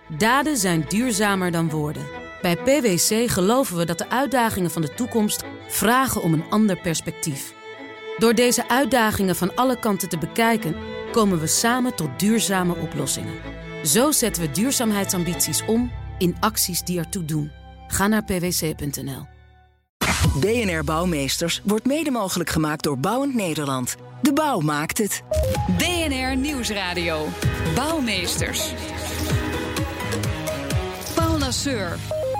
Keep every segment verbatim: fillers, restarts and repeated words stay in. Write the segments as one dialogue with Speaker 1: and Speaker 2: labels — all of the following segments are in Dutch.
Speaker 1: Daden zijn duurzamer dan woorden. Bij P W C geloven we dat de uitdagingen van de toekomst vragen om een ander perspectief. Door deze uitdagingen van alle kanten te bekijken, komen we samen tot duurzame oplossingen. Zo zetten we duurzaamheidsambities om in acties die ertoe doen. Ga naar p w c punt n l.
Speaker 2: B N R Bouwmeesters wordt mede mogelijk gemaakt door Bouwend Nederland. De bouw maakt het.
Speaker 3: B N R Nieuwsradio. Bouwmeesters. Paul Lasseur.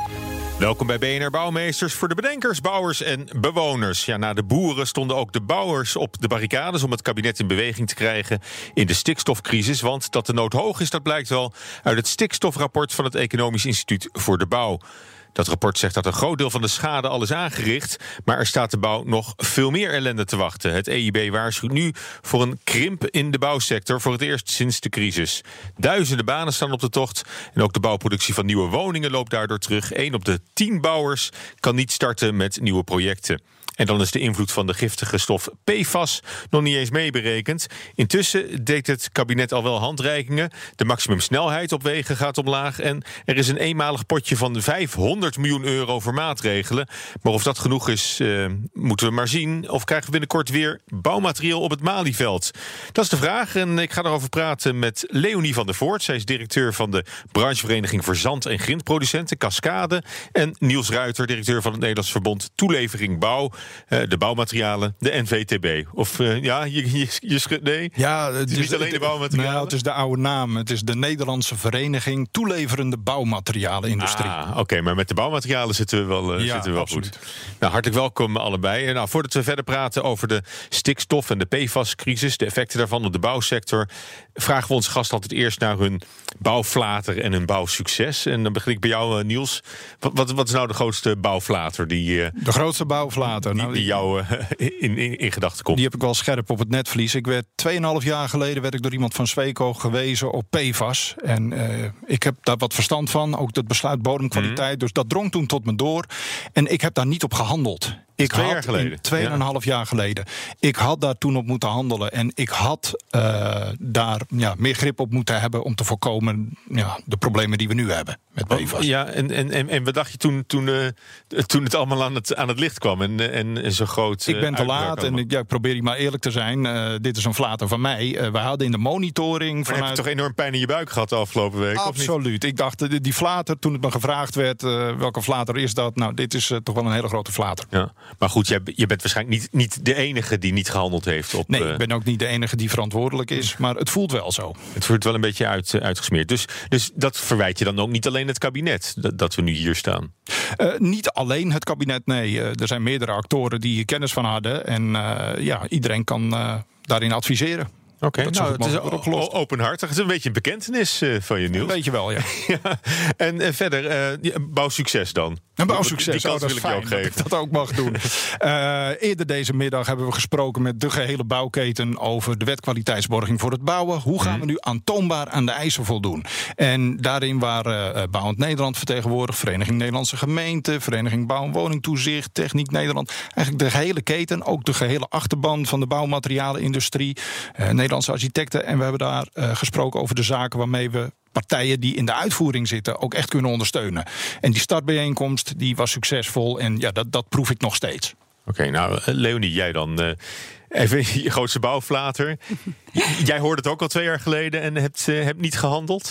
Speaker 4: Welkom bij B N R Bouwmeesters voor de bedenkers, bouwers en bewoners. Ja, na de boeren stonden ook de bouwers op de barricades om het kabinet in beweging te krijgen in de stikstofcrisis. Want dat de nood hoog is, dat blijkt wel uit het stikstofrapport van het Economisch Instituut voor de Bouw. Dat rapport zegt dat een groot deel van de schade al is aangericht, maar er staat de bouw nog veel meer ellende te wachten. Het E I B waarschuwt nu voor een krimp in de bouwsector voor het eerst sinds de crisis. Duizenden banen staan op de tocht en ook de bouwproductie van nieuwe woningen loopt daardoor terug. Eén op de tien bouwers kan niet starten met nieuwe projecten. En dan is de invloed van de giftige stof P F A S nog niet eens meeberekend. Intussen deed het kabinet al wel handreikingen. De maximumsnelheid op wegen gaat omlaag. En er is een eenmalig potje van vijfhonderd miljoen euro voor maatregelen. Maar of dat genoeg is, uh, moeten we maar zien. Of krijgen we binnenkort weer bouwmateriaal op het Malieveld? Dat is de vraag. En ik ga erover praten met Leonie van der Voort. Zij is directeur van de branchevereniging voor zand- en grindproducenten, Cascade. En Niels Ruiter, directeur van het Nederlands Verbond Toelevering Bouw. Uh, de bouwmaterialen, de N V T B. Of uh, ja, je, je, je schudt, nee?
Speaker 5: Ja, het
Speaker 4: is niet alleen de bouwmaterialen?
Speaker 5: Nou, het is de oude naam. Het is de Nederlandse Vereniging Toeleverende Bouwmaterialenindustrie.
Speaker 4: Ah, oké, okay, maar met de bouwmaterialen zitten we wel, uh,
Speaker 5: ja,
Speaker 4: zitten we wel
Speaker 5: absoluut.
Speaker 4: goed. Nou, hartelijk welkom allebei. Nou, voordat we verder praten over de stikstof en de P F A S-crisis, de effecten daarvan op de bouwsector, vragen we onze gast altijd eerst naar hun bouwflater en hun bouwsucces. En dan begin ik bij jou, uh, Niels. Wat, wat, wat is nou de grootste bouwflater die... Uh,
Speaker 5: de grootste bouwflater?
Speaker 4: Die, die jou uh, in, in, in gedachten komt.
Speaker 5: Die heb ik wel scherp op het netvlies. Ik werd tweeënhalf jaar geleden werd ik door iemand van Sweco gewezen op P F A S. En uh, ik heb daar wat verstand van. Ook het besluit bodemkwaliteit. Mm-hmm. Dus dat drong toen tot me door. En ik heb daar niet op gehandeld. Ik
Speaker 4: Twee
Speaker 5: had
Speaker 4: jaar geleden.
Speaker 5: Tweeënhalf ja. jaar geleden. Ik had daar toen op moeten handelen. En ik had uh, daar ja, meer grip op moeten hebben om te voorkomen ja, de problemen die we nu hebben met P F A S.
Speaker 4: Ja, en, en, en, en wat dacht je toen, toen, uh, toen het allemaal aan het, aan het licht kwam en, en, en zo groot? Uh,
Speaker 5: ik ben te laat en ik, ja, ik probeer hier maar eerlijk te zijn. Uh, dit is een flater van mij. Uh, we hadden in de monitoring...
Speaker 4: Maar
Speaker 5: vanuit...
Speaker 4: heb je toch enorm pijn in je buik gehad de afgelopen week?
Speaker 5: Absoluut. Ik dacht, die flater, toen het me gevraagd werd, uh, welke flater is dat? Nou, dit is uh, toch wel een hele grote flater.
Speaker 4: Ja. Maar goed, jij, je bent waarschijnlijk niet, niet de enige die niet gehandeld heeft op...
Speaker 5: Nee,
Speaker 4: uh...
Speaker 5: ik ben ook niet de enige die verantwoordelijk is, maar het voelt wel zo.
Speaker 4: Het wordt wel een beetje uit, uh, uitgesmeerd. Dus, dus dat verwijt je dan ook niet alleen het kabinet, dat, dat we nu hier staan?
Speaker 5: Uh, niet alleen het kabinet, nee. Uh, er zijn meerdere actoren die hier kennis van hadden. En uh, ja, iedereen kan uh, daarin adviseren.
Speaker 4: Oké, okay, nou, het is o- openhartig. Het is een beetje een bekentenis uh, van je, Niels.
Speaker 5: Een beetje wel, ja.
Speaker 4: ja. En uh, verder, uh, bouwsucces dan?
Speaker 5: Een bouwsucces,
Speaker 4: die kans
Speaker 5: oh,
Speaker 4: wil ik je ook geven.
Speaker 5: Dat ik dat ook mag doen. uh, eerder deze middag hebben we gesproken met de gehele bouwketen over de wet kwaliteitsborging voor het bouwen. Hoe gaan we nu aantoonbaar aan de eisen voldoen? En daarin waren uh, Bouwend Nederland vertegenwoordigd, Vereniging Nederlandse Gemeenten, Vereniging Bouw- en Woningtoezicht, Techniek Nederland. Eigenlijk de gehele keten, ook de gehele achterban van de bouwmaterialenindustrie, uh, Nederlandse architecten. En we hebben daar uh, gesproken over de zaken waarmee we partijen die in de uitvoering zitten ook echt kunnen ondersteunen. En die startbijeenkomst die was succesvol en ja, dat, dat proef ik nog steeds.
Speaker 4: Oké, okay, nou Leonie, jij dan uh, even je grootste bouwflater. Jij hoorde het ook al twee jaar geleden en hebt, uh, hebt niet gehandeld?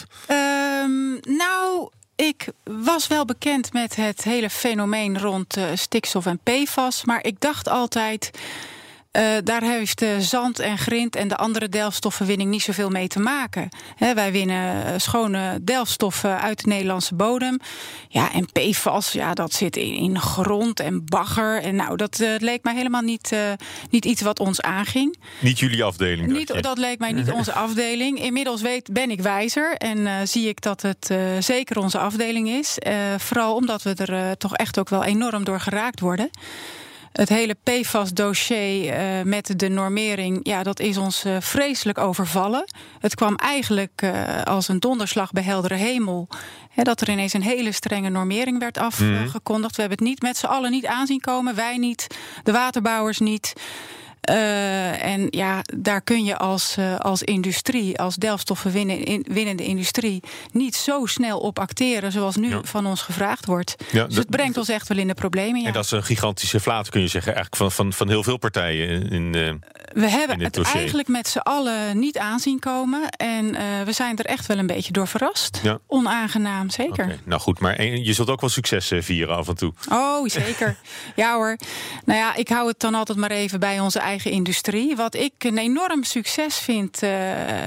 Speaker 6: Um, nou... Ik was wel bekend met het hele fenomeen rond uh, stikstof en P F A S, maar ik dacht altijd, Uh, daar heeft uh, zand en grind en de andere delfstoffenwinning niet zoveel mee te maken. He, wij winnen uh, schone delfstoffen uit de Nederlandse bodem. Ja, en P F A S, ja, dat zit in, in grond en bagger. En nou, dat uh, leek mij helemaal niet, uh, niet iets wat ons aanging.
Speaker 4: Niet jullie afdeling?
Speaker 6: Niet, dat, dat leek mij niet onze afdeling. Inmiddels weet, ben ik wijzer en uh, zie ik dat het uh, zeker onze afdeling is. Uh, vooral omdat we er uh, toch echt ook wel enorm door geraakt worden. Het hele P F A S-dossier uh, met de normering, ja, dat is ons uh, vreselijk overvallen. Het kwam eigenlijk uh, als een donderslag bij heldere hemel. Hè, dat er ineens een hele strenge normering werd afgekondigd. Mm. We hebben het niet met z'n allen niet aanzien komen. Wij niet, de waterbouwers niet. Uh, en ja, daar kun je als, uh, als industrie, als delfstoffen winnen, in, winnende industrie, niet zo snel op acteren zoals nu ja. van ons gevraagd wordt. Ja, dus het brengt ons echt wel in de problemen. Ja.
Speaker 4: En dat is een gigantische flaat, kun je zeggen, eigenlijk van, van, van heel veel partijen in, uh,
Speaker 6: we hebben
Speaker 4: in het,
Speaker 6: het eigenlijk met z'n allen niet aanzien komen. En uh, we zijn er echt wel een beetje door verrast. Ja. Onaangenaam, zeker.
Speaker 4: Okay, nou goed, maar je zult ook wel succes vieren af en toe.
Speaker 6: Oh, zeker. Ja hoor. Nou ja, ik hou het dan altijd maar even bij onze eigen industrie. Wat ik een enorm succes vind, uh,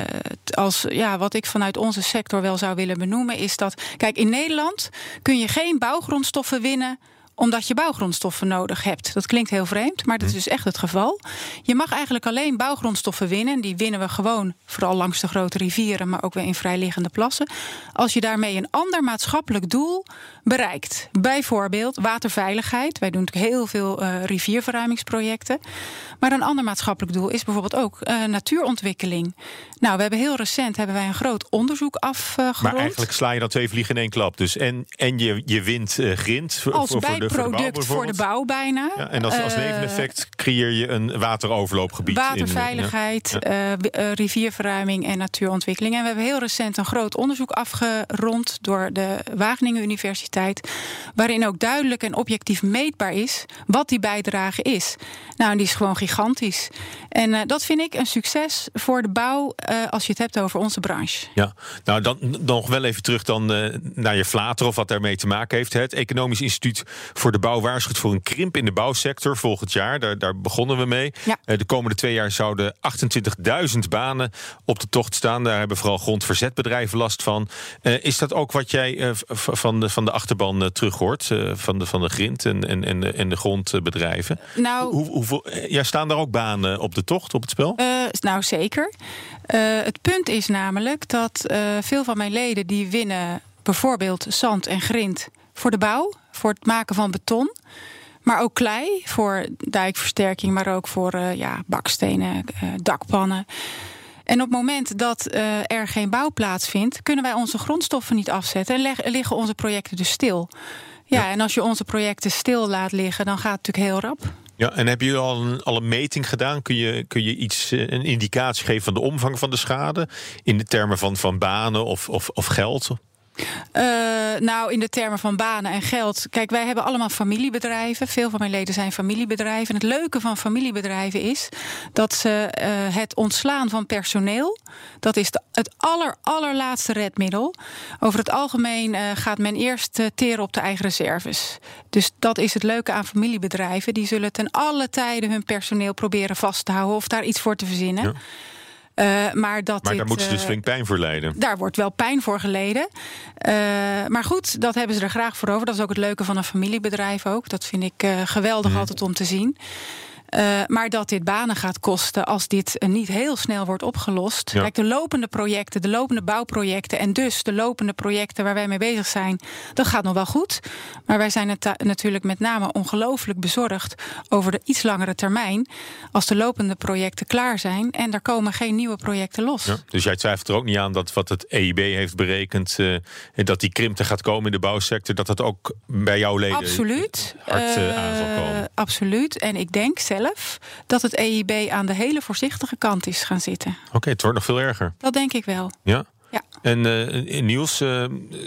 Speaker 6: als, ja, wat ik vanuit onze sector wel zou willen benoemen, is dat, kijk, in Nederland kun je geen bouwgrondstoffen winnen omdat je bouwgrondstoffen nodig hebt. Dat klinkt heel vreemd, maar dat is dus echt het geval. Je mag eigenlijk alleen bouwgrondstoffen winnen. En die winnen we gewoon, vooral langs de grote rivieren, maar ook weer in vrijliggende plassen, als je daarmee een ander maatschappelijk doel bereikt. Bijvoorbeeld waterveiligheid. Wij doen natuurlijk heel veel uh, rivierverruimingsprojecten. Maar een ander maatschappelijk doel is bijvoorbeeld ook uh, natuurontwikkeling. Nou, we hebben heel recent hebben wij een groot onderzoek afgerond.
Speaker 4: Maar eigenlijk sla je dan twee vliegen in één klap. Dus en, en je, je wint uh, grind voor,
Speaker 6: als
Speaker 4: voor, voor, de, voor de bouw
Speaker 6: product voor de bouw bijna.
Speaker 4: Ja, en als, als neveneffect creëer je een wateroverloopgebied.
Speaker 6: Waterveiligheid, in, ja. uh, rivierverruiming en natuurontwikkeling. En we hebben heel recent een groot onderzoek afgerond door de Wageningen Universiteit, waarin ook duidelijk en objectief meetbaar is wat die bijdrage is. Nou, en die is gewoon gigantisch. En uh, dat vind ik een succes voor de bouw, uh, als je het hebt over onze branche.
Speaker 4: Ja, nou dan, dan nog wel even terug dan uh, naar je flater of wat daarmee te maken heeft. Het Economisch Instituut voor de Bouw waarschuwt voor een krimp in de bouwsector volgend jaar. Daar, daar begonnen we mee. Ja. Uh, de komende twee jaar zouden achtentwintigduizend banen op de tocht staan. Daar hebben vooral grondverzetbedrijven last van. Uh, is dat ook wat jij uh, van, de, van de achterban uh, terug hoort? Uh, van, de, van de grind en, en, en, de, en de grondbedrijven?
Speaker 6: Nou,
Speaker 4: Hoe, hoeveel, ja, staan daar ook banen op de tocht, op het spel?
Speaker 6: Uh, nou, zeker. Uh, het punt is namelijk dat uh, veel van mijn leden die winnen bijvoorbeeld zand en grind voor de bouw, voor het maken van beton, maar ook klei voor dijkversterking, maar ook voor uh, ja, bakstenen, uh, dakpannen. En op het moment dat uh, er geen bouw plaatsvindt, kunnen wij onze grondstoffen niet afzetten en leg, liggen onze projecten dus stil. Ja, ja, en als je onze projecten stil laat liggen, dan gaat het natuurlijk heel rap.
Speaker 4: Ja, en hebben jullie al een, al een meting gedaan? Kun je, kun je iets, een indicatie geven van de omvang van de schade in de termen van, van banen of, of, of geld?
Speaker 6: Uh, nou, in de termen van banen en geld. Kijk, wij hebben allemaal familiebedrijven. Veel van mijn leden zijn familiebedrijven. En het leuke van familiebedrijven is dat ze uh, het ontslaan van personeel, dat is de, het aller, allerlaatste redmiddel. Over het algemeen uh, gaat men eerst uh, teren op de eigen reserves. Dus dat is het leuke aan familiebedrijven. Die zullen ten alle tijden hun personeel proberen vast te houden of daar iets voor te verzinnen. Ja. Uh, maar dat
Speaker 4: maar
Speaker 6: dit,
Speaker 4: daar moeten ze dus
Speaker 6: uh,
Speaker 4: flink pijn voor lijden.
Speaker 6: Daar wordt wel pijn voor geleden. Uh, maar goed, dat hebben ze er graag voor over. Dat is ook het leuke van een familiebedrijf ook. Dat vind ik uh, geweldig mm. altijd om te zien. Uh, maar dat dit banen gaat kosten als dit uh, niet heel snel wordt opgelost. Ja. Kijk, de lopende projecten, de lopende bouwprojecten en dus de lopende projecten waar wij mee bezig zijn, dat gaat nog wel goed. Maar wij zijn het natuurlijk met name ongelooflijk bezorgd over de iets langere termijn, als de lopende projecten klaar zijn en er komen geen nieuwe projecten los.
Speaker 4: Ja, dus jij twijfelt er ook niet aan dat wat het E I B heeft berekend, uh, dat die krimp er gaat komen in de bouwsector, dat dat ook bij jouw leden
Speaker 6: absoluut
Speaker 4: hard uh, aan zal komen?
Speaker 6: Uh, absoluut. En ik denk zelf dat het E I B aan de hele voorzichtige kant is gaan zitten.
Speaker 4: Oké, okay, het wordt nog veel erger.
Speaker 6: Dat denk ik wel.
Speaker 4: Ja?
Speaker 6: Ja.
Speaker 4: En uh, Niels, uh,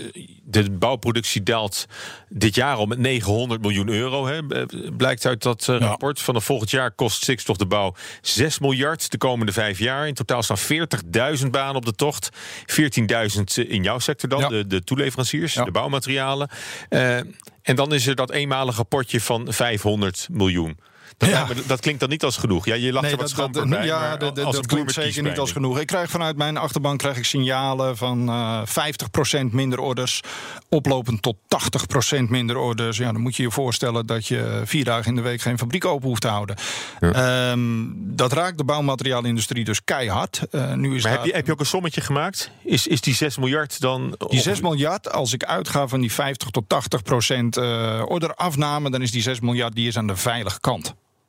Speaker 4: de bouwproductie daalt dit jaar al met negenhonderd miljoen euro. Hè, blijkt uit dat uh, rapport. Ja. Vanaf volgend jaar kost stikstof de bouw zes miljard de komende vijf jaar. In totaal staan veertigduizend banen op de tocht. veertienduizend in jouw sector dan, ja. de, de toeleveranciers, ja. de bouwmaterialen. Uh, en dan is er dat eenmalige potje van vijfhonderd miljoen. Dat, ja. dat klinkt dan niet als genoeg. Ja, je lacht nee, er wat schamper bij,
Speaker 5: ja, maar de, de, als dat klinkt zeker niet als genoeg. Ik krijg vanuit mijn achterban krijg ik signalen van uh, vijftig procent minder orders, oplopend tot tachtig procent minder orders. Ja, dan moet je je voorstellen dat je vier dagen in de week geen fabriek open hoeft te houden. Ja. Um, dat raakt de bouwmateriaalindustrie dus keihard. Uh, nu is
Speaker 4: maar
Speaker 5: daar...
Speaker 4: heb, je, heb je ook een sommetje gemaakt? Is, is die zes miljard dan...
Speaker 5: Die zes miljard, als ik uitga van die vijftig tot tachtig procent uh, orderafname, dan is die zes miljard die is aan de veilige kant.
Speaker 4: Ja?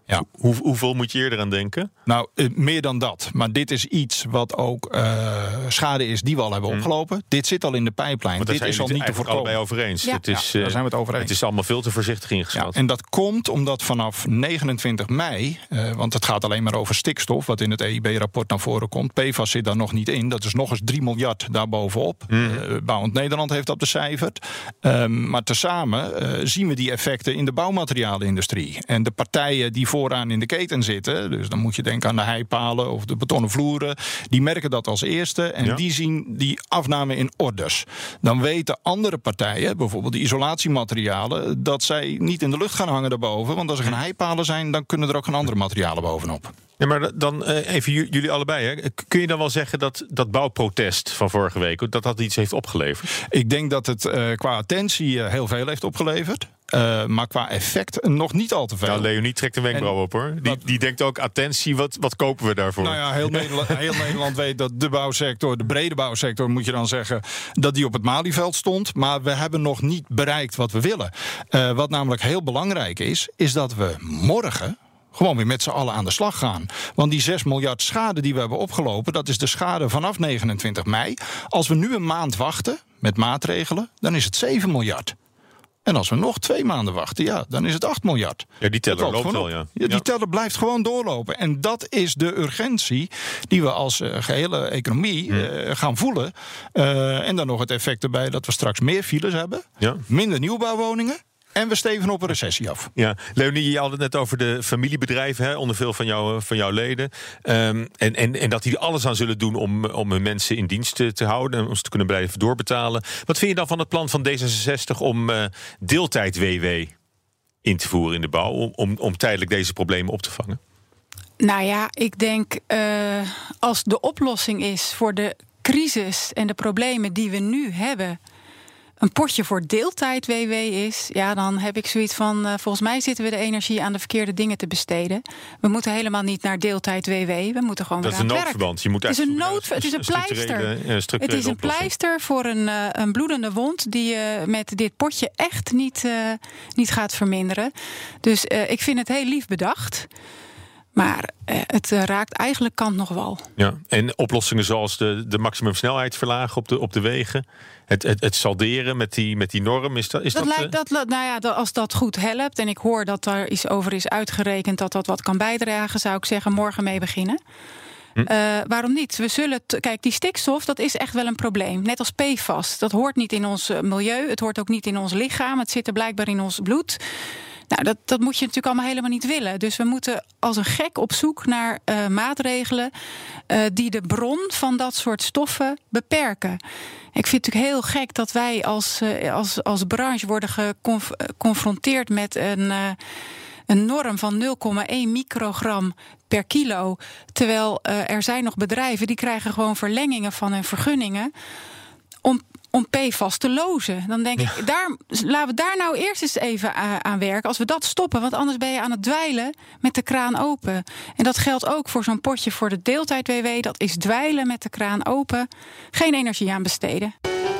Speaker 5: Ja.
Speaker 4: Hoe, hoeveel moet je eerder aan denken?
Speaker 5: Nou, uh, meer dan dat. Maar dit is iets wat ook uh, schade is die we al hebben hmm. opgelopen. Dit zit al in de pijplijn.
Speaker 4: Want
Speaker 5: dit is al niet te voorkomen.
Speaker 4: Allebei over eens.
Speaker 6: Ja.
Speaker 4: Het is,
Speaker 5: ja, daar zijn we het over eens.
Speaker 4: Het is allemaal veel te voorzichtig ingeschat.
Speaker 5: Ja, en dat komt omdat vanaf negenentwintig mei... Uh, want het gaat alleen maar over stikstof... wat in het E I B-rapport naar voren komt. P F A S zit daar nog niet in. Dat is nog eens drie miljard daarbovenop. Hmm. Uh, Bouwend Nederland heeft dat becijferd. Um, maar tezamen uh, zien we die effecten in de bouwmaterialenindustrie. En de partijen die vooraan in de keten zitten... dus dan moet je denken aan de heipalen of de betonnen vloeren... die merken dat als eerste en ja. die zien die afname in orders. Dan weten andere partijen, bijvoorbeeld de isolatiematerialen... dat zij niet in de lucht gaan hangen daarboven. Want als er geen heipalen zijn, dan kunnen er ook geen andere materialen bovenop.
Speaker 4: Ja, maar dan uh, even j- jullie allebei. Hè. Kun je dan wel zeggen dat dat bouwprotest van vorige week... dat dat iets heeft opgeleverd?
Speaker 5: Ik denk dat het uh, qua attentie uh, heel veel heeft opgeleverd. Uh, maar qua effect nog niet al te veel.
Speaker 4: Nou, Leonie trekt een wenkbrauw op, hoor. Die, die denkt ook, attentie, wat, wat kopen we daarvoor?
Speaker 5: Nou ja, heel Nederland, heel Nederland weet dat de bouwsector, de brede bouwsector, moet je dan zeggen, dat die op het Malieveld stond. Maar we hebben nog niet bereikt wat we willen. Uh, wat namelijk heel belangrijk is, is dat we morgen gewoon weer met z'n allen aan de slag gaan. Want die zes miljard schade die we hebben opgelopen... dat is de schade vanaf negenentwintig mei. Als we nu een maand wachten met maatregelen, dan is het zeven miljard. En als we nog twee maanden wachten, ja, dan is het acht miljard.
Speaker 4: Ja, die teller loopt wel, ja.
Speaker 5: ja. Die
Speaker 4: ja.
Speaker 5: teller blijft gewoon doorlopen. En dat is de urgentie die we als uh, gehele economie hmm. uh, gaan voelen. Uh, en dan nog het effect erbij dat we straks meer files hebben. Ja. Minder nieuwbouwwoningen. En we steven op een recessie af.
Speaker 4: Ja, Leonie, je had het net over de familiebedrijven, hè, onder veel van, jou, van jouw leden. Um, en, en, en dat die er alles aan zullen doen om, om hun mensen in dienst te, te houden... en om ze te kunnen blijven doorbetalen. Wat vind je dan van het plan van D zesenzestig om uh, deeltijd-W W in te voeren in de bouw... Om, om, om tijdelijk deze problemen op te vangen?
Speaker 6: Nou ja, ik denk uh, als de oplossing is voor de crisis en de problemen die we nu hebben... een potje voor deeltijd-W W is, ja, dan heb ik zoiets van... Uh, volgens mij zitten we de energie aan de verkeerde dingen te besteden. We moeten helemaal niet naar deeltijd-W W. We moeten gewoon
Speaker 4: dat
Speaker 6: weer aan het werk.
Speaker 4: Dat is een noodverband. Je moet
Speaker 6: het is een nood, het is een pleister.
Speaker 4: Uh,
Speaker 6: het is een pleister voor een, uh, een bloedende wond... die je uh, met dit potje echt niet, uh, niet gaat verminderen. Dus uh, ik vind het heel lief bedacht... Maar eh, het uh, raakt eigenlijk kant nog wel.
Speaker 4: Ja, en oplossingen zoals de, de maximumsnelheid verlagen op de, op de wegen... Het, het, het salderen met die, met die norm, is dat... Is
Speaker 6: dat,
Speaker 4: dat
Speaker 6: lijkt, dat nou ja, als dat goed helpt... en ik hoor dat daar iets over is uitgerekend... dat dat wat kan bijdragen, zou ik zeggen morgen mee beginnen. Hm. Uh, waarom niet? We zullen t- Kijk, die stikstof, dat is echt wel een probleem. Net als P F A S. Dat hoort niet in ons milieu. Het hoort ook niet in ons lichaam. Het zit er blijkbaar in ons bloed. Nou, dat, dat moet je natuurlijk allemaal helemaal niet willen. Dus we moeten als een gek op zoek naar uh, maatregelen... Uh, die de bron van dat soort stoffen beperken. Ik vind het natuurlijk heel gek dat wij als, uh, als, als branche worden geconfronteerd met een... Uh, Een norm van nul komma één microgram per kilo. Terwijl uh, er zijn nog bedrijven die krijgen gewoon verlengingen van hun vergunningen... om, om P F A S te lozen. Dan denk ja. ik, daar, laten we daar nou eerst eens even aan werken. Als we dat stoppen, want anders ben je aan het dweilen met de kraan open. En dat geldt ook voor zo'n potje voor de deeltijd-W W. Dat is dweilen met de kraan open. Geen energie aan besteden.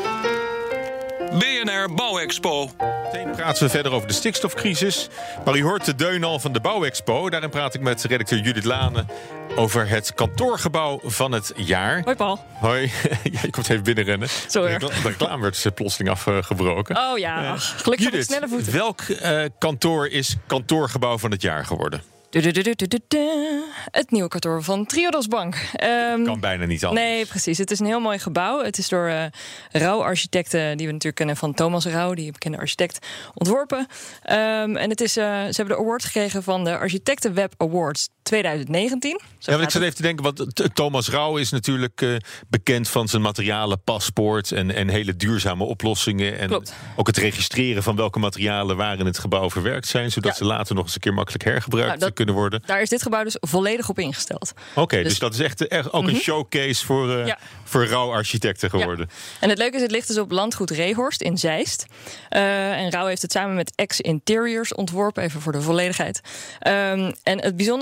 Speaker 7: B N R Bouwexpo.
Speaker 4: Meteen praten we verder over de stikstofcrisis. Maar u hoort de deun al van de Bouwexpo. Daarin praat ik met redacteur Judith Lane over het kantoorgebouw van het jaar.
Speaker 8: Hoi Paul.
Speaker 4: Hoi. Ja, je komt even binnenrennen.
Speaker 8: Sorry.
Speaker 4: De reclame werd plotseling afgebroken.
Speaker 8: Oh ja, uh, gelukkig op snelle voeten.
Speaker 4: Welk uh, kantoor is kantoorgebouw van het jaar geworden?
Speaker 8: Du, du, du, du, du, du. Het nieuwe kantoor van Triodos Bank. Um,
Speaker 4: kan bijna niet anders.
Speaker 8: Nee, precies. Het is een heel mooi gebouw. Het is door uh, Rauw Architecten, die we natuurlijk kennen van Thomas Rauw, die bekende architect, ontworpen. Um, en het is, uh, ze hebben de award gekregen van de Architecten Web Awards twintig negentien.
Speaker 4: Zo ja, want ik zat even te denken, want Thomas Rauw is natuurlijk uh, bekend van zijn materialen paspoort en, en hele duurzame oplossingen. En
Speaker 8: Klopt.
Speaker 4: Ook het registreren van welke materialen waar in het gebouw verwerkt zijn, zodat ja. ze later nog eens een keer makkelijk hergebruikt nou, dat, kunnen worden.
Speaker 8: Daar is dit gebouw dus volledig op ingesteld.
Speaker 4: Oké, okay, dus, dus dat is echt, echt ook mm-hmm. een showcase voor, uh, ja. voor Rauw Architecten geworden.
Speaker 8: Ja. En het leuke is, het ligt dus op landgoed Rehorst in Zeist. Uh, en Rauw heeft het samen met X Interiors ontworpen, even voor de volledigheid. Um, en het bijzondere is dat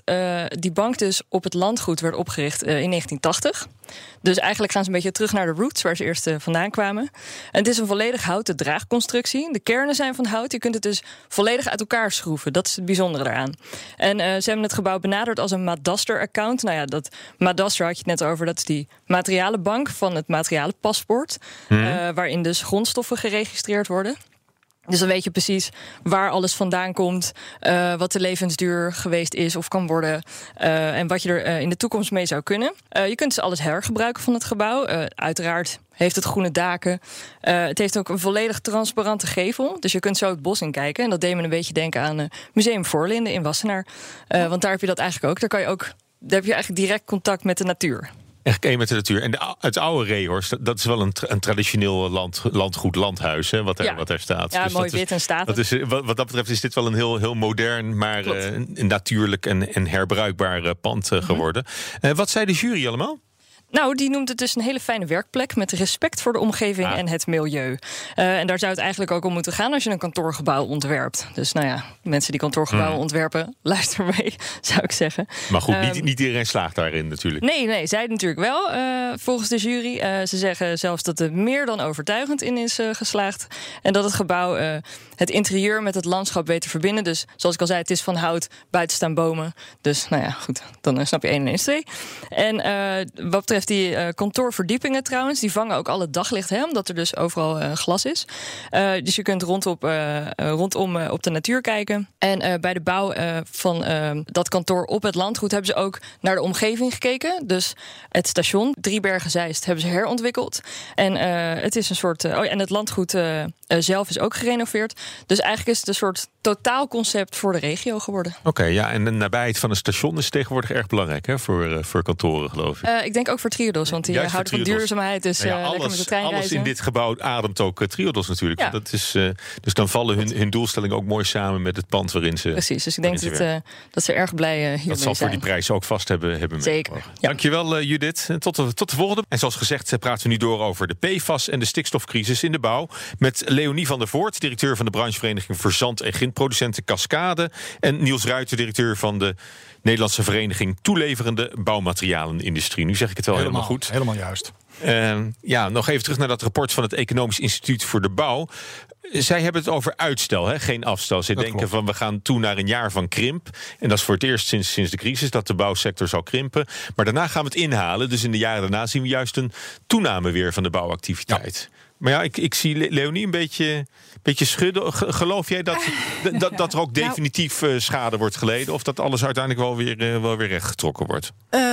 Speaker 8: uh, die bank dus op het landgoed werd opgericht uh, in negentien tachtig. Dus eigenlijk gaan ze een beetje terug naar de roots waar ze eerst uh, vandaan kwamen. En het is een volledig houten draagconstructie. De kernen zijn van hout. Je kunt het dus volledig uit elkaar schroeven. Dat is het bijzondere eraan. En uh, ze hebben het gebouw benaderd als een Madaster-account. Nou ja, dat Madaster had je het net over. Dat is die materialenbank van het materialenpaspoort. Hmm. Uh, waarin dus grondstoffen geregistreerd worden. Dus dan weet je precies waar alles vandaan komt, uh, wat de levensduur geweest is of kan worden uh, en wat je er uh, in de toekomst mee zou kunnen. Uh, je kunt dus alles hergebruiken van het gebouw. Uh, uiteraard heeft het groene daken. Uh, het heeft ook een volledig transparante gevel. Dus je kunt zo het bos in kijken. En dat deed me een beetje denken aan uh, Museum Voorlinden in Wassenaar. Uh, want daar heb je dat eigenlijk ook. Daar kan je ook, daar heb je eigenlijk direct contact met de natuur.
Speaker 4: Echt één met de natuur. En de, het oude Rehorst, dat is wel een, een traditioneel land, landgoed, landhuis, hè, wat, er,
Speaker 8: ja.
Speaker 4: wat er staat.
Speaker 8: Ja,
Speaker 4: dus
Speaker 8: mooi
Speaker 4: dat
Speaker 8: wit
Speaker 4: is,
Speaker 8: en statig.
Speaker 4: Dat is, wat, wat dat betreft is dit wel een heel, heel modern, maar uh, een natuurlijk en, en herbruikbaar uh, pand uh, geworden. Uh, wat zei de jury allemaal?
Speaker 8: Nou, die noemt het dus een hele fijne werkplek met respect voor de omgeving ah. en het milieu. Uh, en daar zou het eigenlijk ook om moeten gaan als je een kantoorgebouw ontwerpt. Dus nou ja, mensen die kantoorgebouwen hmm. ontwerpen, luister mee, zou ik zeggen.
Speaker 4: Maar goed,
Speaker 8: um,
Speaker 4: niet, niet iedereen slaagt daarin natuurlijk.
Speaker 8: Nee, nee, zij natuurlijk wel, uh, volgens de jury. Uh, ze zeggen zelfs dat het meer dan overtuigend in is uh, geslaagd. En dat het gebouw uh, het interieur met het landschap weet te verbinden. Dus zoals ik al zei, het is van hout, buiten staan bomen. Dus nou ja, goed, dan uh, snap je één en één is twee. En uh, wat betreft die uh, kantoorverdiepingen trouwens, die vangen ook al het daglicht, hè, omdat er dus overal uh, glas is. Uh, dus je kunt rondop, uh, uh, rondom uh, op de natuur kijken. En uh, bij de bouw uh, van uh, dat kantoor op het landgoed hebben ze ook naar de omgeving gekeken. Dus het station, Driebergen-Zeist, hebben ze herontwikkeld. En uh, het is een soort. Uh, oh ja, en het landgoed uh, uh, zelf is ook gerenoveerd. Dus eigenlijk is het een soort totaalconcept voor de regio geworden.
Speaker 4: Oké, okay, ja, en de nabijheid van een station is tegenwoordig erg belangrijk, hè, voor, uh, voor kantoren, geloof ik.
Speaker 8: Uh, ik denk ook voor Triodos, want die
Speaker 4: Juist
Speaker 8: houden van duurzaamheid. Dus
Speaker 4: nou ja,
Speaker 8: uh,
Speaker 4: alles,
Speaker 8: lekker met de trein
Speaker 4: alles
Speaker 8: reizen.
Speaker 4: in dit gebouw ademt ook uh, Triodos natuurlijk.
Speaker 8: Ja.
Speaker 4: Dat is, uh, dus dan vallen hun, hun doelstellingen ook mooi samen met het pand waarin ze.
Speaker 8: Precies, dus ik denk dat, uh, dat ze erg blij uh, hiermee zijn.
Speaker 4: Dat zal voor die prijs ook vast hebben, hebben
Speaker 8: Zeker. Ja.
Speaker 4: Dankjewel, uh, Judith. Tot de, tot de volgende. En zoals gezegd praten we nu door over de P F A S en de stikstofcrisis in de bouw. Met Leonie van der Voort, directeur van de branchevereniging Verzand- en Grindproducenten Cascade. En Niels Ruiter, directeur van de Nederlandse Vereniging Toeleverende Bouwmaterialenindustrie. Nu zeg ik het wel helemaal, helemaal goed.
Speaker 5: Helemaal juist.
Speaker 4: Uh, ja, nog even terug naar dat rapport van het Economisch Instituut voor de Bouw. Zij hebben het over uitstel, hè? Geen afstel. Ze dat denken klopt. van we gaan toe naar een jaar van krimp. En dat is voor het eerst sinds, sinds de crisis dat de bouwsector zal krimpen. Maar daarna gaan we het inhalen. Dus in de jaren daarna zien we juist een toename weer van de bouwactiviteit. Ja. Maar ja, ik, ik zie Leonie een beetje, beetje schudden. Geloof jij dat, dat, dat er ook definitief uh, schade wordt geleden? Of dat alles uiteindelijk wel weer, uh, wel weer rechtgetrokken wordt?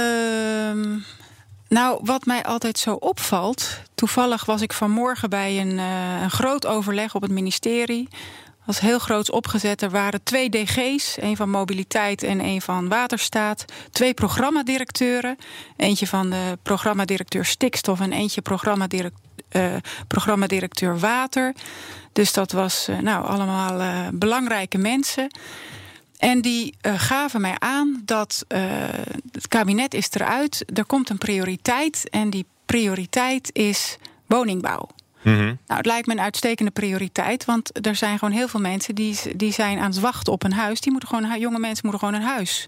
Speaker 6: Um, nou, wat mij altijd zo opvalt. Toevallig was ik vanmorgen bij een, uh, een groot overleg op het ministerie. Was heel groots opgezet. Er waren twee D G's, één van mobiliteit en één van waterstaat. Twee programmadirecteuren. Eentje van de programmadirecteur stikstof en eentje programmadirecteur, uh, programmadirecteur water. Dus dat was uh, nou allemaal uh, belangrijke mensen. En die uh, gaven mij aan dat uh, het kabinet is eruit. Er komt een prioriteit en die prioriteit is woningbouw. Mm-hmm. Nou, het lijkt me een uitstekende prioriteit. Want er zijn gewoon heel veel mensen die, die zijn aan het wachten op een huis. Die moeten gewoon, jonge mensen moeten gewoon een huis.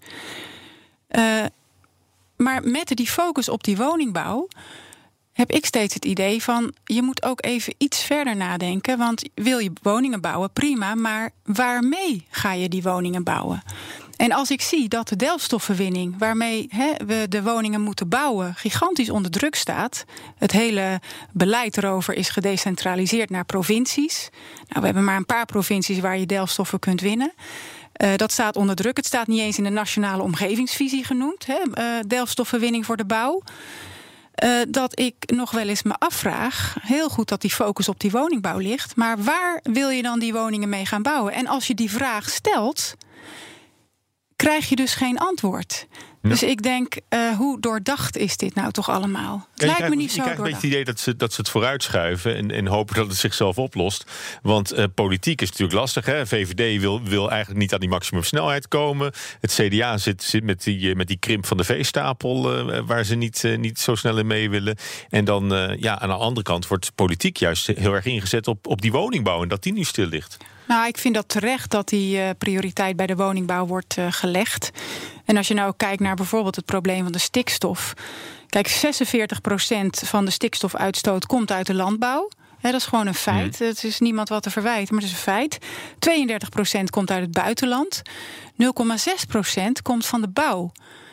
Speaker 6: Uh, maar met die focus op die woningbouw heb ik steeds het idee van je moet ook even iets verder nadenken. Want wil je woningen bouwen, prima. Maar waarmee ga je die woningen bouwen? En als ik zie dat de delfstoffenwinning, waarmee he, we de woningen moeten bouwen, gigantisch onder druk staat. Het hele beleid erover is gedecentraliseerd naar provincies. Nou, we hebben maar een paar provincies waar je delfstoffen kunt winnen. Uh, dat staat onder druk. Het staat niet eens in de nationale omgevingsvisie genoemd. He, uh, delfstoffenwinning voor de bouw. Uh, dat ik nog wel eens me afvraag, heel goed dat die focus op die woningbouw ligt, maar waar wil je dan die woningen mee gaan bouwen? En als je die vraag stelt, krijg je dus geen antwoord. Ja. Dus ik denk, uh, hoe doordacht is dit nou toch allemaal? Het
Speaker 4: ja,
Speaker 6: lijkt
Speaker 4: krijgt,
Speaker 6: me niet zo doordacht.
Speaker 4: Je krijgt een beetje het idee dat ze, dat ze het vooruitschuiven en, en hopen dat het zichzelf oplost. Want uh, politiek is natuurlijk lastig. Hè? V V D wil, wil eigenlijk niet aan die maximumsnelheid komen. Het C D A zit, zit met, die, met die krimp van de veestapel, uh, waar ze niet, uh, niet zo snel in mee willen. En dan uh, ja, aan de andere kant wordt politiek juist heel erg ingezet op, op die woningbouw en dat die nu stil ligt.
Speaker 6: Nou, ik vind dat terecht dat die uh, prioriteit bij de woningbouw wordt uh, gelegd. En als je nou kijkt naar bijvoorbeeld het probleem van de stikstof. Kijk, zesenveertig procent van de stikstofuitstoot komt uit de landbouw. He, dat is gewoon een feit. Het is niemand wat te verwijten, maar het is een feit. tweeëndertig procent komt uit het buitenland. nul komma zes procent komt van de bouw.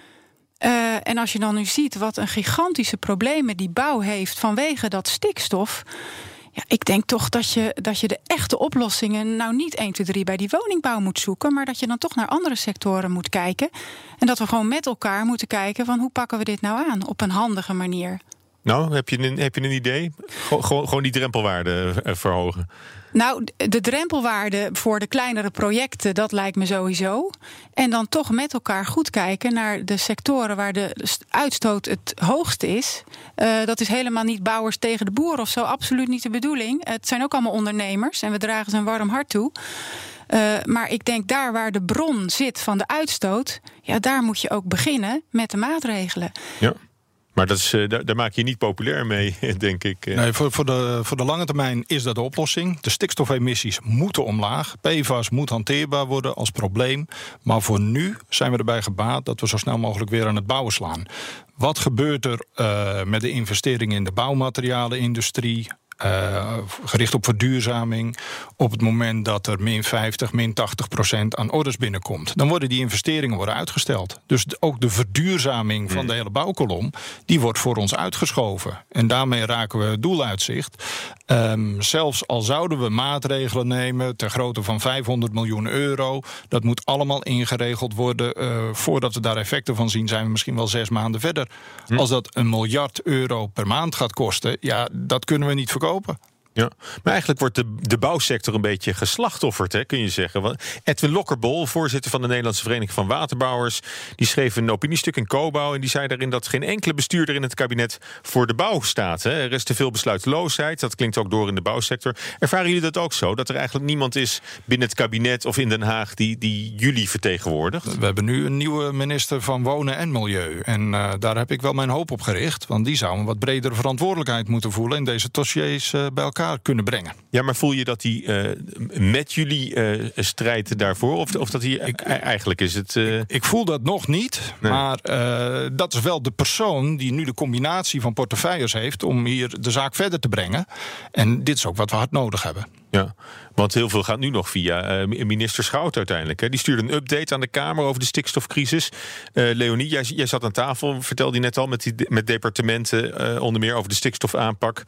Speaker 6: Uh, en als je dan nu ziet wat een gigantische problemen die bouw heeft vanwege dat stikstof. Ja, ik denk toch dat je, dat je de echte oplossingen nou niet één, twee, drie bij die woningbouw moet zoeken, maar dat je dan toch naar andere sectoren moet kijken. En dat we gewoon met elkaar moeten kijken van hoe pakken we dit nou aan op een handige manier.
Speaker 4: Nou, heb je een, heb je een idee? Gewoon, gewoon die drempelwaarde verhogen.
Speaker 6: Nou, de drempelwaarde voor de kleinere projecten, dat lijkt me sowieso. En dan toch met elkaar goed kijken naar de sectoren waar de uitstoot het hoogst is. Uh, dat is helemaal niet bouwers tegen de boer of zo, absoluut niet de bedoeling. Het zijn ook allemaal ondernemers en we dragen ze een warm hart toe. Uh, maar ik denk daar waar de bron zit van de uitstoot, ja, daar moet je ook beginnen met de maatregelen.
Speaker 4: Ja. Maar dat is, uh, daar, daar maak je niet populair mee, denk ik.
Speaker 5: Nee, voor, voor, de, voor de lange termijn is dat de oplossing. De stikstofemissies moeten omlaag. P F A S moet hanteerbaar worden als probleem. Maar voor nu zijn we erbij gebaat dat we zo snel mogelijk weer aan het bouwen slaan. Wat gebeurt er uh, met de investeringen in de bouwmaterialenindustrie? Uh, gericht op verduurzaming. Op het moment dat er min vijftig, min tachtig procent aan orders binnenkomt. Dan worden die investeringen worden uitgesteld. Dus de, ook de verduurzaming van de hele bouwkolom, die wordt voor ons uitgeschoven. En daarmee raken we het doeluitzicht. Um, zelfs al zouden we maatregelen nemen ter grootte van vijfhonderd miljoen euro. Dat moet allemaal ingeregeld worden. Uh, voordat we daar effecten van zien, zijn we misschien wel zes maanden verder. Hm. Als dat een miljard euro per maand gaat kosten, ja, dat kunnen we niet verkopen.
Speaker 4: Ja, maar eigenlijk wordt de, de bouwsector een beetje geslachtofferd, hè, kun je zeggen. Want Edwin Lokkerbol, voorzitter van de Nederlandse Vereniging van Waterbouwers, die schreef een opiniestuk in Cobouw en die zei daarin dat geen enkele bestuurder in het kabinet voor de bouw staat. Hè. Er is te veel besluiteloosheid, dat klinkt ook door in de bouwsector. Ervaren jullie dat ook zo? Dat er eigenlijk niemand is binnen het kabinet of in Den Haag die, die jullie vertegenwoordigt?
Speaker 5: We hebben nu een nieuwe minister van Wonen en Milieu. En uh, daar heb ik wel mijn hoop op gericht. Want die zou een wat bredere verantwoordelijkheid moeten voelen en deze dossiers uh, bij elkaar kunnen brengen.
Speaker 4: Ja, maar voel je dat hij uh, met jullie uh, strijdt daarvoor? Of, of dat hij ik, eigenlijk is het... Uh...
Speaker 5: Ik, ik voel dat nog niet. Nee. Maar uh, dat is wel de persoon die nu de combinatie van portefeuilles heeft om hier de zaak verder te brengen. En dit is ook wat we hard nodig hebben.
Speaker 4: Ja, want heel veel gaat nu nog via uh, minister Schout uiteindelijk. Hè. Die stuurde een update aan de Kamer over de stikstofcrisis. Uh, Leonie, jij, jij zat aan tafel, vertelde je net al, met, die, met departementen uh, onder meer over de stikstofaanpak.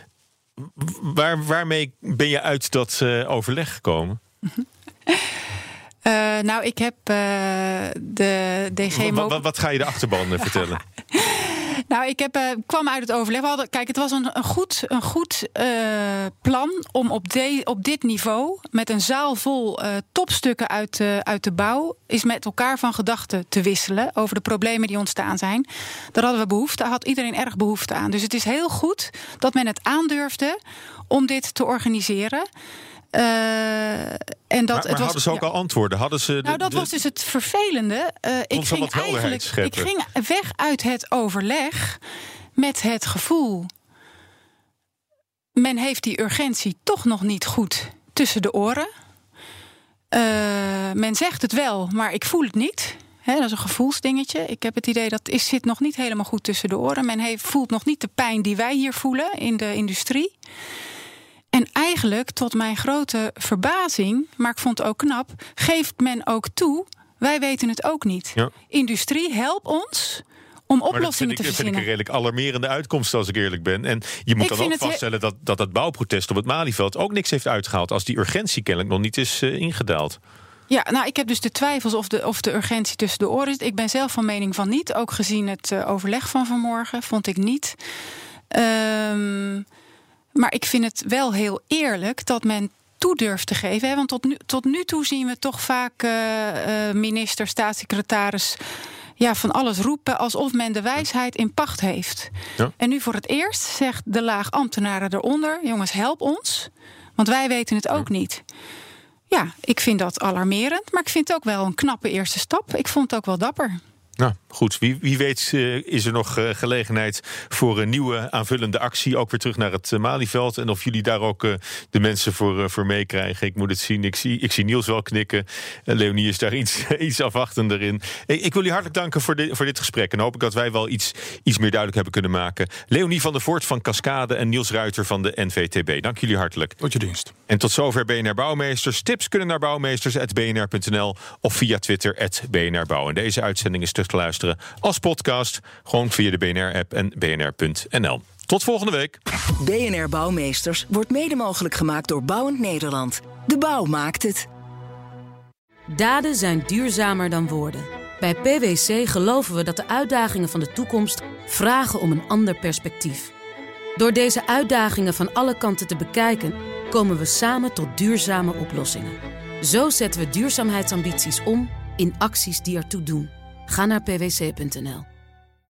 Speaker 4: Waar, waarmee ben je uit dat uh, overleg gekomen?
Speaker 6: Uh, nou, ik heb uh, de D G...
Speaker 4: Wat, wat, wat ga je de achterban vertellen?
Speaker 6: Nou, ik heb, uh, kwam uit het overleg. We hadden, kijk, het was een, een goed, een goed uh, plan om op, de, op dit niveau, met een zaal vol uh, topstukken uit, uh, uit de bouw, is met elkaar van gedachten te wisselen over de problemen die ontstaan zijn. Daar hadden we behoefte, daar had iedereen erg behoefte aan. Dus het is heel goed dat men het aandurfde om dit te organiseren. Uh, en dat,
Speaker 4: maar
Speaker 6: het
Speaker 4: maar
Speaker 6: was,
Speaker 4: hadden ze ook
Speaker 6: ja.
Speaker 4: al antwoorden? Hadden ze de,
Speaker 6: nou, dat
Speaker 4: de,
Speaker 6: was dus het vervelende. Uh, ik, ging eigenlijk, ik ging weg uit het overleg met het gevoel, men heeft die urgentie toch nog niet goed tussen de oren. Uh, men zegt het wel, maar ik voel het niet. He, dat is een gevoelsdingetje. Ik heb het idee dat is, zit nog niet helemaal goed tussen de oren. Men heeft, voelt nog niet de pijn die wij hier voelen in de industrie. En eigenlijk, tot mijn grote verbazing, maar ik vond het ook knap, geeft men ook toe, wij weten het ook niet. Ja. Industrie, help ons om oplossingen te verzinnen. Dat vind ik een
Speaker 4: redelijk alarmerende uitkomst, als ik eerlijk ben. En je moet ik dan ook vaststellen dat, dat het bouwprotest op het Malieveld ook niks heeft uitgehaald, als die urgentie kennelijk nog niet is uh, ingedaald.
Speaker 6: Ja, nou, ik heb dus de twijfels of de, of de urgentie tussen de oren is. Ik ben zelf van mening van niet. Ook gezien het uh, overleg van vanmorgen, vond ik niet. Um, maar ik vind het wel heel eerlijk dat men toe durft te geven. Hè? Want tot nu, tot nu toe zien we toch vaak uh, uh, minister, staatssecretaris, ja, van alles roepen alsof men de wijsheid in pacht heeft. Ja. En nu voor het eerst zegt de laag ambtenaren eronder, jongens, help ons, want wij weten het ook ja. niet. Ja, ik vind dat alarmerend, maar ik vind het ook wel een knappe eerste stap. Ik vond het ook wel dapper.
Speaker 4: Nou, goed. Wie, wie weet uh, is er nog uh, gelegenheid voor een nieuwe aanvullende actie. Ook weer terug naar het uh, Malieveld. En of jullie daar ook uh, de mensen voor, uh, voor meekrijgen. Ik moet het zien. Ik zie, ik zie Niels wel knikken. Uh, Leonie is daar iets, iets afwachtender in. Ik, ik wil jullie hartelijk danken voor, de, voor dit gesprek. En hoop ik dat wij wel iets, iets meer duidelijk hebben kunnen maken. Leonie van der Voort van Cascade en Niels Ruiter van de N V T B. Dank jullie hartelijk.
Speaker 5: Tot je dienst.
Speaker 4: En tot zover B N R Bouwmeesters. Tips kunnen naar bouwmeesters punt b n r punt n l of via Twitter at b n r bouw. En deze uitzending is terug te luisteren als podcast. Gewoon via de B N R-app en b n r punt n l. Tot volgende week.
Speaker 2: B N R Bouwmeesters wordt mede mogelijk gemaakt door Bouwend Nederland. De bouw maakt het.
Speaker 1: Daden zijn duurzamer dan woorden. Bij P W C geloven we dat de uitdagingen van de toekomst vragen om een ander perspectief. Door deze uitdagingen van alle kanten te bekijken, komen we samen tot duurzame oplossingen. Zo zetten we duurzaamheidsambities om in acties die ertoe doen. Ga naar p w c punt n l.